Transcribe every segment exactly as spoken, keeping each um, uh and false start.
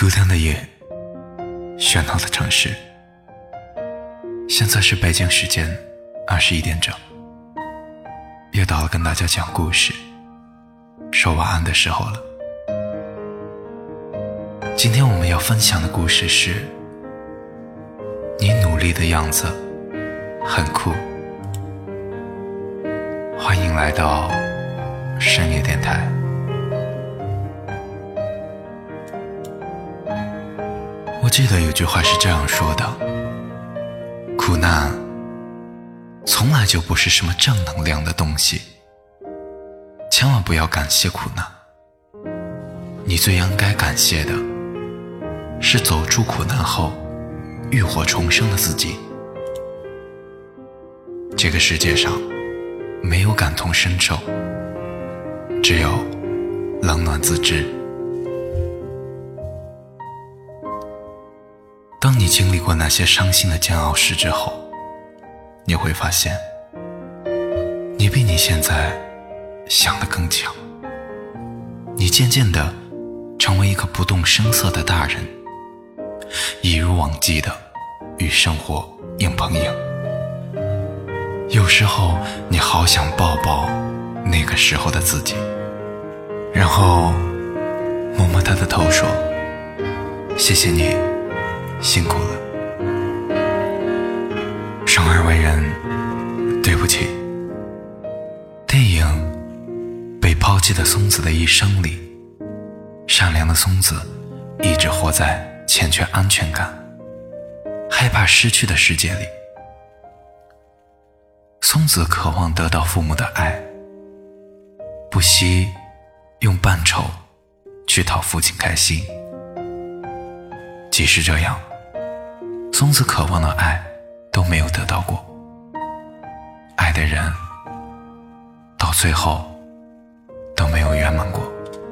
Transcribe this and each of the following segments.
珠江的夜，喧闹的城市。现在是北京时间二十一点整，又到了跟大家讲故事说晚安的时候了。今天我们要分享的故事是你努力的样子很酷。欢迎来到深夜电台。我记得有句话是这样说的，苦难从来就不是什么正能量的东西，千万不要感谢苦难。你最应该感谢的是走出苦难后浴火重生的自己。这个世界上没有感同身受，只有冷暖自知。当你经历过那些伤心的煎熬事之后，你会发现你比你现在想得更强。你渐渐地成为一个不动声色的大人，一如往昔的与生活硬碰硬。有时候你好想抱抱那个时候的自己，然后摸摸他的头说，谢谢你辛苦了。生而为人，对不起。电影《被抛弃的松子的一生》里，善良的松子一直活在欠缺安全感、害怕失去的世界里。松子渴望得到父母的爱，不惜用扮丑去讨父亲开心。即使这样，松子渴望的爱都没有得到过，爱的人到最后都没有圆满过。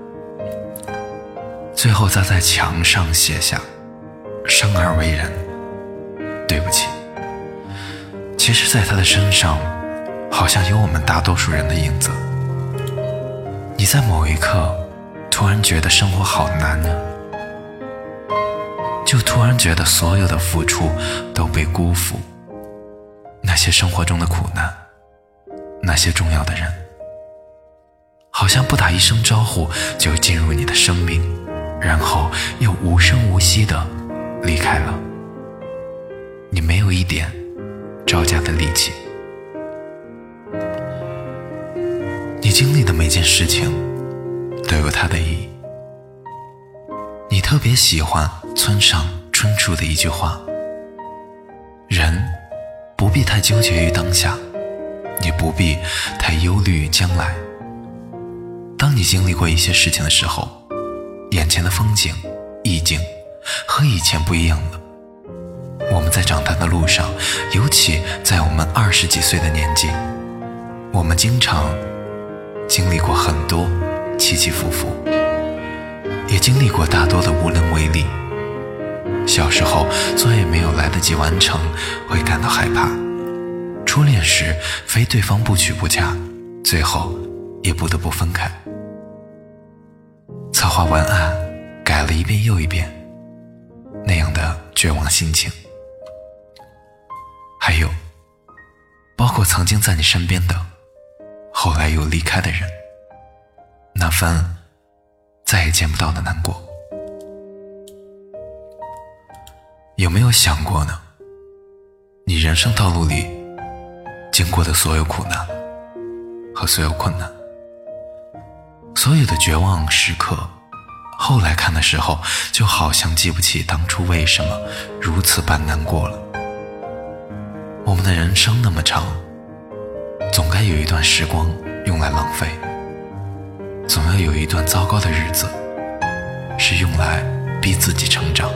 最后他在墙上写下，生而为人，对不起。其实在他的身上好像有我们大多数人的影子。你在某一刻突然觉得生活好难啊，就突然觉得所有的付出都被辜负。那些生活中的苦难，那些重要的人，好像不打一声招呼就进入你的生命，然后又无声无息地离开了。你没有一点招架的力气。你经历的每件事情都有它的意义。你特别喜欢村上春树的一句话，人不必太纠结于当下，也不必太忧虑于将来。当你经历过一些事情的时候，眼前的风景意境和以前不一样了。我们在长大的路上，尤其在我们二十几岁的年纪，我们经常经历过很多起起伏伏，也经历过大多的无能为力。小时候作业没有来得及完成，会感到害怕。初恋时非对方不娶不嫁，最后也不得不分开。策划文案改了一遍又一遍，那样的绝望心情。还有包括曾经在你身边的，后来又离开的人，那份再也见不到的难过。有没有想过呢？你人生道路里经过的所有苦难和所有困难，所有的绝望时刻，后来看的时候就好像记不起当初为什么如此般难过了。我们的人生那么长，总该有一段时光用来浪费，总要有一段糟糕的日子是用来逼自己成长。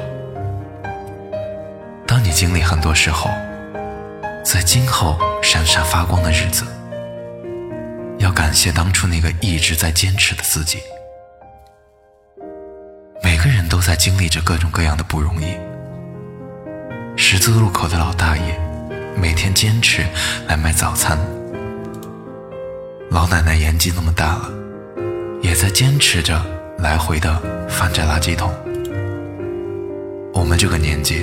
当你经历很多时候，在今后闪闪发光的日子，要感谢当初那个一直在坚持的自己。每个人都在经历着各种各样的不容易。十字路口的老大爷每天坚持来卖早餐，老奶奶年纪那么大了，也在坚持着来回的翻着垃圾桶。 我们这个年纪，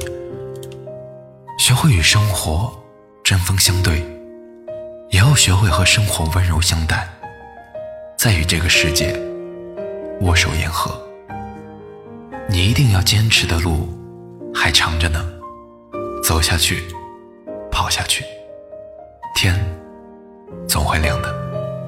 学会与生活针锋相对，也要学会和生活温柔相待，再与这个世界握手言和。你一定要坚持的路还长着呢，走下去，跑下去，天总会亮的。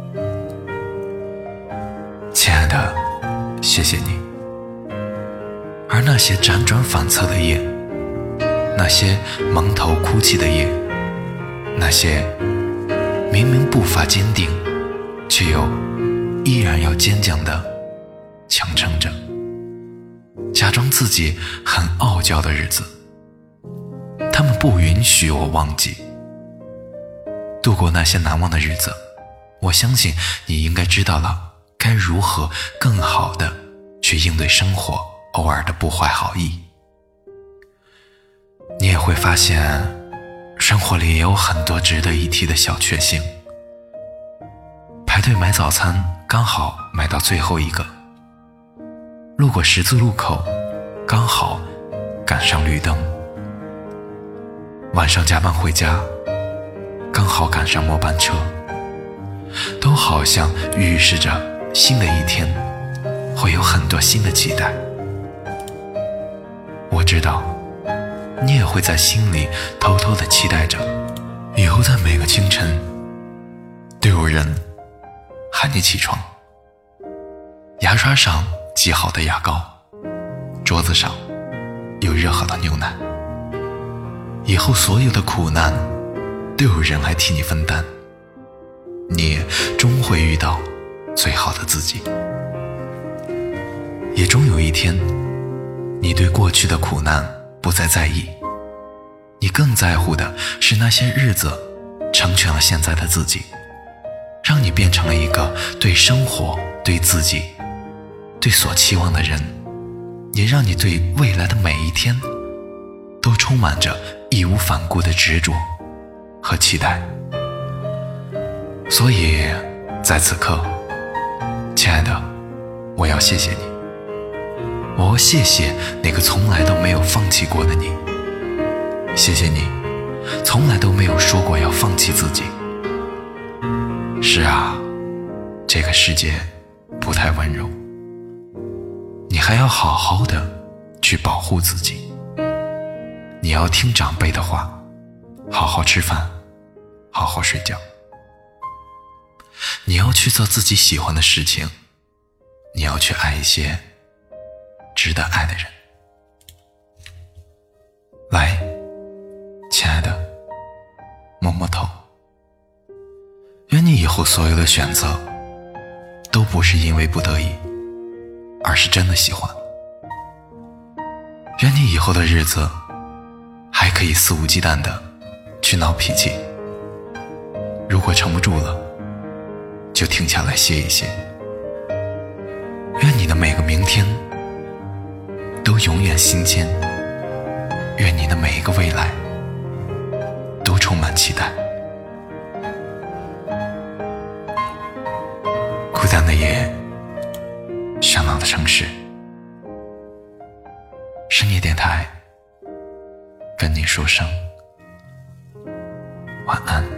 亲爱的，谢谢你。而那些辗转反侧的夜，那些蒙头哭泣的夜，那些明明步伐坚定却又依然要坚强的强撑着，假装自己很傲娇的日子，他们不允许我忘记。度过那些难忘的日子，我相信你应该知道了该如何更好的去应对生活偶尔的不怀好意。你也会发现，生活里也有很多值得一提的小确幸。排队买早餐，刚好买到最后一个；路过十字路口，刚好赶上绿灯；晚上加班回家，刚好赶上末班车。都好像预示着新的一天会有很多新的期待。我知道你也会在心里偷偷地期待着，以后在每个清晨都有人喊你起床，牙刷上挤好的牙膏，桌子上有热好的牛奶，以后所有的苦难都有人来替你分担，你终会遇到最好的自己。也终有一天，你对过去的苦难不再在意，你更在乎的是那些日子成全了现在的自己，让你变成了一个对生活、对自己、对所期望的人，也让你对未来的每一天都充满着义无反顾的执着和期待。所以在此刻，亲爱的，我要谢谢你，我要谢谢那个从来都没有放弃过的你，谢谢你从来都没有说过要放弃自己。是啊，这个世界不太温柔，你还要好好的去保护自己。你要听长辈的话，好好吃饭，好好睡觉。你要去做自己喜欢的事情，你要去爱一些值得爱的人。来，亲爱的，摸摸头。愿你以后所有的选择都不是因为不得已，而是真的喜欢。愿你以后的日子还可以肆无忌惮的去闹脾气，如果撑不住了，就停下来歇一歇。愿你的每个明天都永远新鲜，愿你的每一个未来都充满期待。孤单的夜，喧闹的城市，深夜电台跟你说声晚安。